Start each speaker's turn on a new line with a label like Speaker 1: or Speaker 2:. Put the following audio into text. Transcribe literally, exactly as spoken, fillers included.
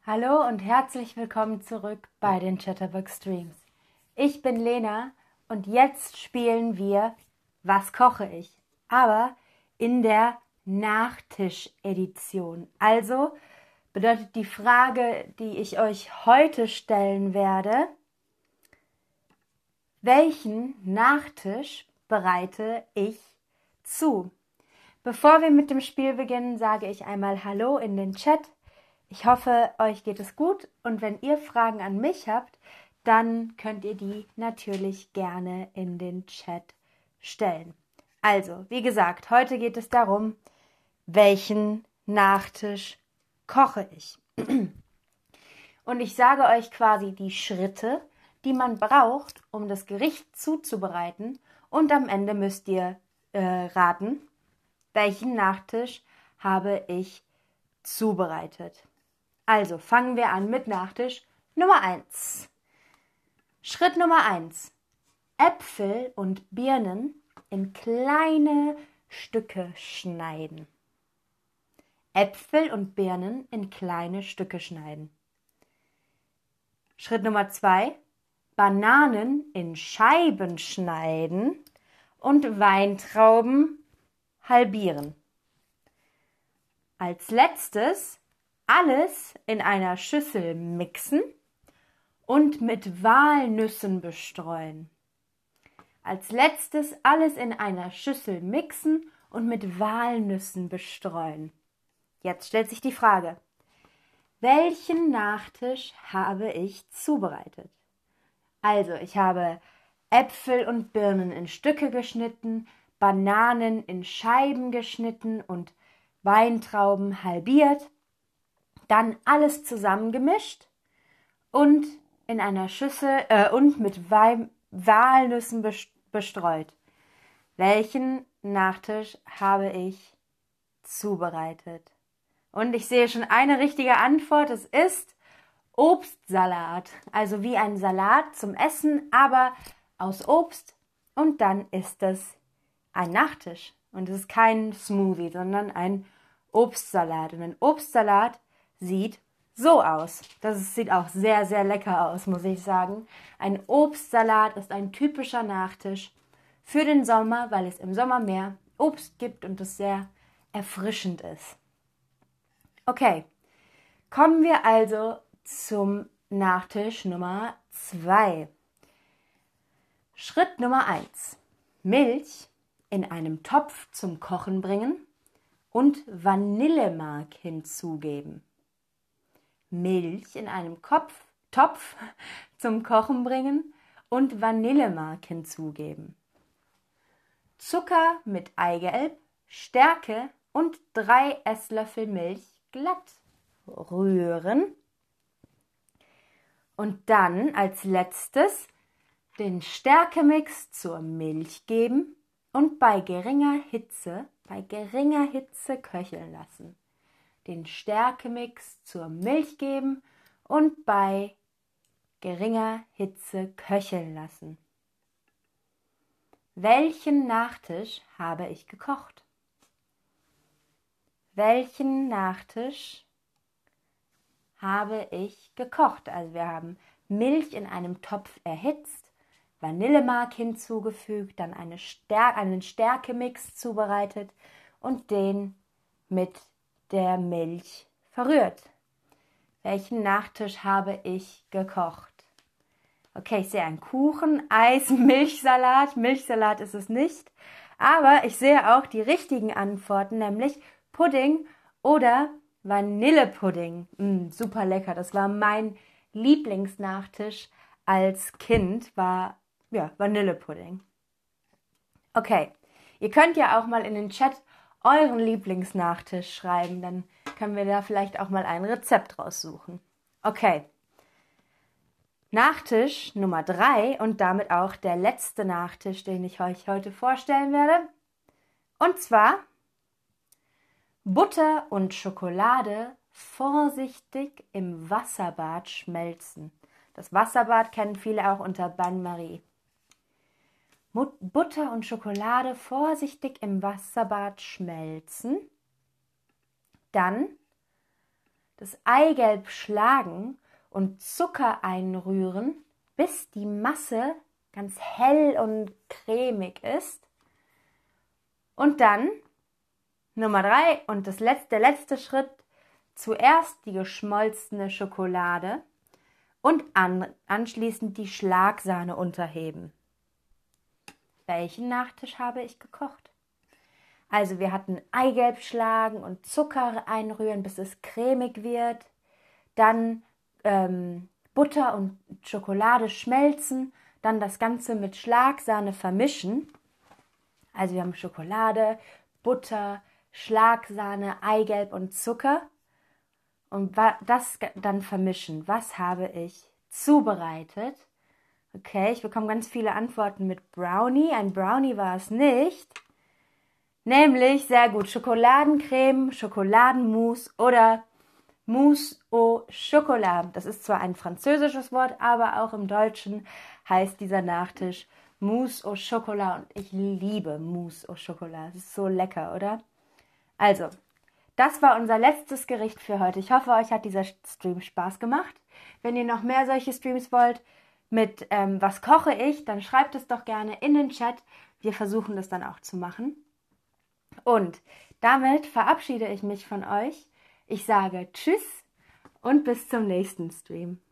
Speaker 1: Hallo und herzlich willkommen zurück bei den Chatterbug Streams. Ich bin Lena und jetzt spielen wir Was koche ich? Aber in der Nachtisch-Edition. Also bedeutet die Frage, die ich euch heute stellen werde, welchen Nachtisch bereite ich zu? Bevor wir mit dem Spiel beginnen, sage ich einmal Hallo in den Chat. Ich hoffe, euch geht es gut und wenn ihr Fragen an mich habt, dann könnt ihr die natürlich gerne in den Chat stellen. Also, wie gesagt, heute geht es darum, welchen Nachtisch koche ich. Und ich sage euch quasi die Schritte, die man braucht, um das Gericht zuzubereiten und am Ende müsst ihr äh, raten, welchen Nachtisch habe ich zubereitet. Also fangen wir an mit Nachtisch Nummer eins. Schritt Nummer eins. Äpfel und Birnen in kleine Stücke schneiden. Äpfel und Birnen in kleine Stücke schneiden. Schritt Nummer zwei. Bananen in Scheiben schneiden und Weintrauben halbieren. Als letztes alles in einer Schüssel mixen und mit Walnüssen bestreuen. Als letztes alles in einer Schüssel mixen und mit Walnüssen bestreuen. Jetzt stellt sich die Frage, welchen Nachtisch habe ich zubereitet? Also, ich habe Äpfel und Birnen in Stücke geschnitten, Bananen in Scheiben geschnitten und Weintrauben halbiert, dann alles zusammengemischt und in einer Schüssel äh, und mit Wein, Walnüssen bestreut. Welchen Nachtisch habe ich zubereitet? Und ich sehe schon eine richtige Antwort. Es ist Obstsalat. Also wie ein Salat zum Essen, aber aus Obst. Und dann ist es ein Nachtisch. Und es ist kein Smoothie, sondern ein Obstsalat. Und ein Obstsalat sieht so aus. Das sieht auch sehr, sehr lecker aus, muss ich sagen. Ein Obstsalat ist ein typischer Nachtisch für den Sommer, weil es im Sommer mehr Obst gibt und es sehr erfrischend ist. Okay, kommen wir also zum Nachtisch Nummer zwei. Schritt Nummer eins. Milch in einem Topf zum Kochen bringen und Vanillemark hinzugeben. Milch in einem Kopf, Topf zum Kochen bringen und Vanillemark hinzugeben. Zucker mit Eigelb, Stärke und drei Esslöffel Milch glatt rühren. Und dann als letztes den Stärkemix zur Milch geben und bei geringer Hitze, bei geringer Hitze köcheln lassen. Den Stärkemix zur Milch geben und bei geringer Hitze köcheln lassen. Welchen Nachtisch habe ich gekocht? Welchen Nachtisch habe ich gekocht? Also wir haben Milch in einem Topf erhitzt, Vanillemark hinzugefügt, dann eine Stär- einen Stärkemix zubereitet und den mit der Milch verrührt. Welchen Nachtisch habe ich gekocht? Okay, ich sehe einen Kuchen, Eis, Milchsalat. Milchsalat ist es nicht. Aber ich sehe auch die richtigen Antworten, nämlich Pudding oder Vanillepudding. Mm, super lecker. Das war mein Lieblingsnachtisch als Kind, war ja, Vanillepudding. Okay, ihr könnt ja auch mal in den Chat euren Lieblingsnachtisch schreiben, dann können wir da vielleicht auch mal ein Rezept raussuchen. Okay, Nachtisch Nummer drei und damit auch der letzte Nachtisch, den ich euch heute vorstellen werde. Und zwar Butter und Schokolade vorsichtig im Wasserbad schmelzen. Das Wasserbad kennen viele auch unter Bain-Marie. Butter und Schokolade vorsichtig im Wasserbad schmelzen. Dann das Eigelb schlagen und Zucker einrühren, bis die Masse ganz hell und cremig ist. Und dann, Nummer drei und das letzte, der letzte Schritt, zuerst die geschmolzene Schokolade und an, anschließend die Schlagsahne unterheben. Welchen Nachtisch habe ich gekocht? Also wir hatten Eigelb schlagen und Zucker einrühren, bis es cremig wird. Dann ähm, Butter und Schokolade schmelzen. Dann das Ganze mit Schlagsahne vermischen. Also wir haben Schokolade, Butter, Schlagsahne, Eigelb und Zucker. Und das dann vermischen. Was habe ich zubereitet? Okay, ich bekomme ganz viele Antworten mit Brownie. Ein Brownie war es nicht. Nämlich, sehr gut, Schokoladencreme, Schokoladenmousse oder Mousse au Chocolat. Das ist zwar ein französisches Wort, aber auch im Deutschen heißt dieser Nachtisch Mousse au Chocolat. Und ich liebe Mousse au Chocolat. Es ist so lecker, oder? Also, das war unser letztes Gericht für heute. Ich hoffe, euch hat dieser Stream Spaß gemacht. Wenn ihr noch mehr solche Streams wollt mit ähm, was koche ich, dann schreibt es doch gerne in den Chat. Wir versuchen das dann auch zu machen. Und damit verabschiede ich mich von euch. Ich sage Tschüss und bis zum nächsten Stream.